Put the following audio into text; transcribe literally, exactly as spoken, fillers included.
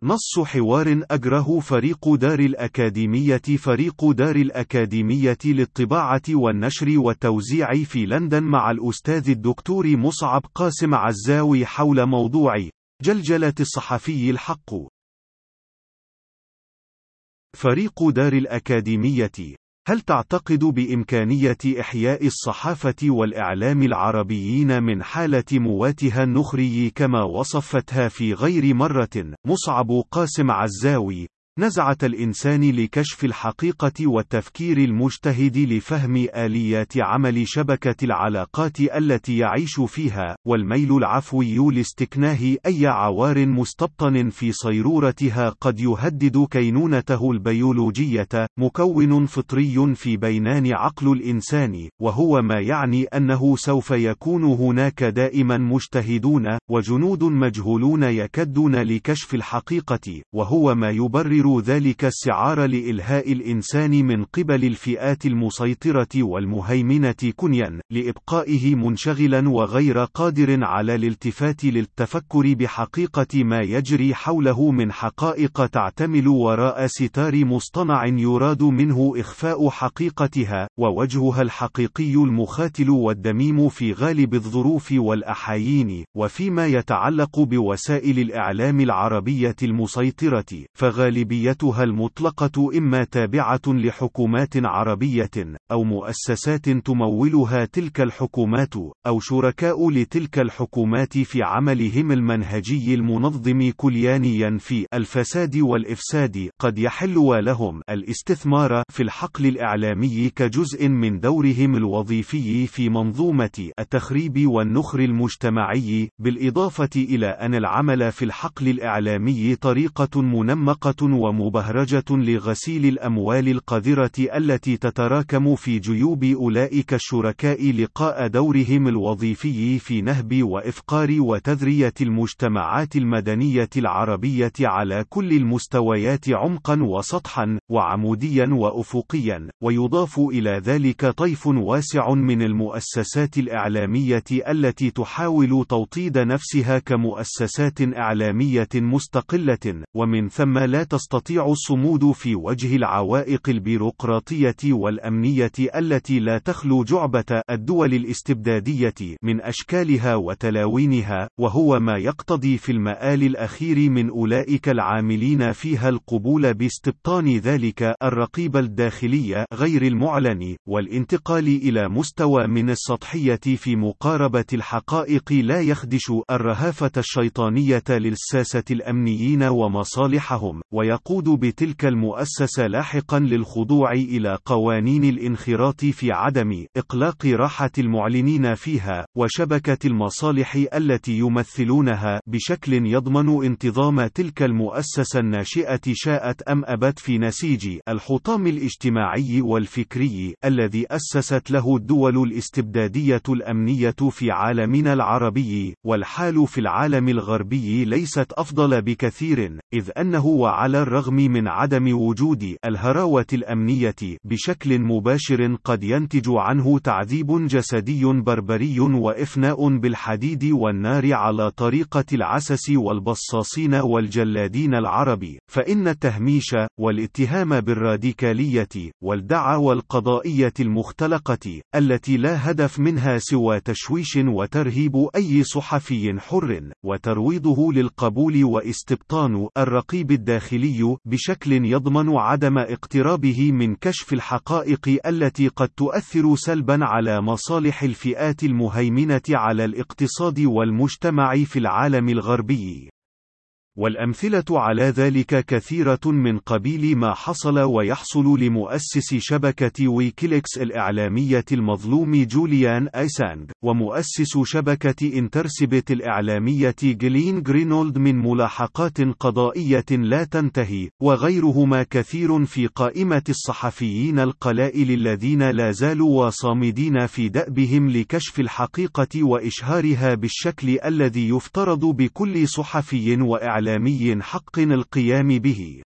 نص حوار أجره فريق دار الأكاديمية فريق دار الأكاديمية للطباعة والنشر والتوزيع في لندن مع الأستاذ الدكتور مصعب قاسم عزاوي حول موضوع جلجلة الصحفي الحق. فريق دار الأكاديمية: هل تعتقد بإمكانية إحياء الصحافة والإعلام العربيين من حالة مواتها النخري كما وصفتها في غير مرة؟ مصعب قاسم عزاوي: نزعة الإنسان لكشف الحقيقة والتفكير المجتهد لفهم آليات عمل شبكة العلاقات التي يعيش فيها، والميل العفوي لاستكناه أي عوار مستبطن في صيرورتها قد يهدد كينونته البيولوجية، مكون فطري في بينان عقل الإنسان، وهو ما يعني أنه سوف يكون هناك دائما مجتهدون، وجنود مجهولون يكدون لكشف الحقيقة، وهو ما يبرر ذلك السعار لإلهاء الإنسان من قبل الفئات المسيطرة والمهيمنة كنيا، لإبقائه منشغلا وغير قادر على الالتفات للتفكر بحقيقة ما يجري حوله من حقائق تعتمل وراء ستار مصطنع يراد منه إخفاء حقيقتها، ووجهها الحقيقي المخاتل والدميم في غالب الظروف والأحايين. وفيما يتعلق بوسائل الإعلام العربية المسيطرة، فغالبيتها المطلقة إما تابعة لحكومات عربية، أو مؤسسات تمولها تلك الحكومات، أو شركاء لتلك الحكومات في عملهم المنهجي المنظم كليانيا في الفساد والإفساد، قد يحل لهم الاستثمار في الحقل الإعلامي كجزء من دورهم الوظيفي في منظومة التخريب والنخر المجتمعي، بالإضافة إلى أن العمل في الحقل الإعلامي طريقة منمقة ومبهرجة لغسيل الأموال القذرة التي تتراكم في جيوب أولئك الشركاء لقاء دورهم الوظيفي في نهب وإفقار وتذرية المجتمعات المدنية العربية على كل المستويات عمقا وسطحا، وعموديا وأفقيا. ويضاف إلى ذلك طيف واسع من المؤسسات الإعلامية التي تحاول توطيد نفسها كمؤسسات إعلامية مستقلة، ومن ثم لا تستطيع الصمود في وجه العوائق البيروقراطية والأمنية التي لا تخلو جعبة الدول الاستبدادية من أشكالها وتلاوينها، وهو ما يقتضي في المآل الأخير من أولئك العاملين فيها القبول باستبطان ذلك الرقيب الداخلي غير المعلن، والانتقال إلى مستوى من السطحية في مقاربة الحقائق لا يخدش الرهافة الشيطانية للساسة الأمنيين ومصالحهم، ويقود بتلك المؤسسة لاحقا للخضوع إلى قوانين الانخراط في عدم إقلاق راحة المعلنين فيها، وشبكة المصالح التي يمثلونها بشكل يضمن انتظام تلك المؤسسة الناشئة شاءت أم أبت في نسيج الحطام الاجتماعي والفكري الذي أسست له الدول الاستبدادية الأمنية في عالمنا العربي. والحال في العالم الغربي ليست أفضل بكثير، إذ أنه وعلى الرغم من عدم وجود الهراوة الأمنية بشكل مباشر قد ينتج عنه تعذيب جسدي بربري وإفناء بالحديد والنار على طريقة العسس والبصاصين والجلادين العرب، فإن التهميش والاتهام بالراديكالية والدعاوى القضائية المختلقة التي لا هدف منها سوى تشويش وترهيب أي صحفي حر، وترويضه للقبول واستبطان الرقيب الداخلي بشكل يضمن عدم اقترابه من كشف الحقائق التي قد تؤثر سلبا على مصالح الفئات المهيمنة على الاقتصاد والمجتمع في العالم الغربي. والأمثلة على ذلك كثيرة من قبيل ما حصل ويحصل لمؤسس شبكة ويكيليكس الإعلامية المظلوم جوليان أيسانج، ومؤسس شبكة انترسبت الإعلامية جلين جرينولد من ملاحقات قضائية لا تنتهي، وغيرهما كثير في قائمة الصحفيين القلائل الذين لا زالوا صامدين في دأبهم لكشف الحقيقة وإشهارها بالشكل الذي يفترض بكل صحفي وإعلامي حق القيام به.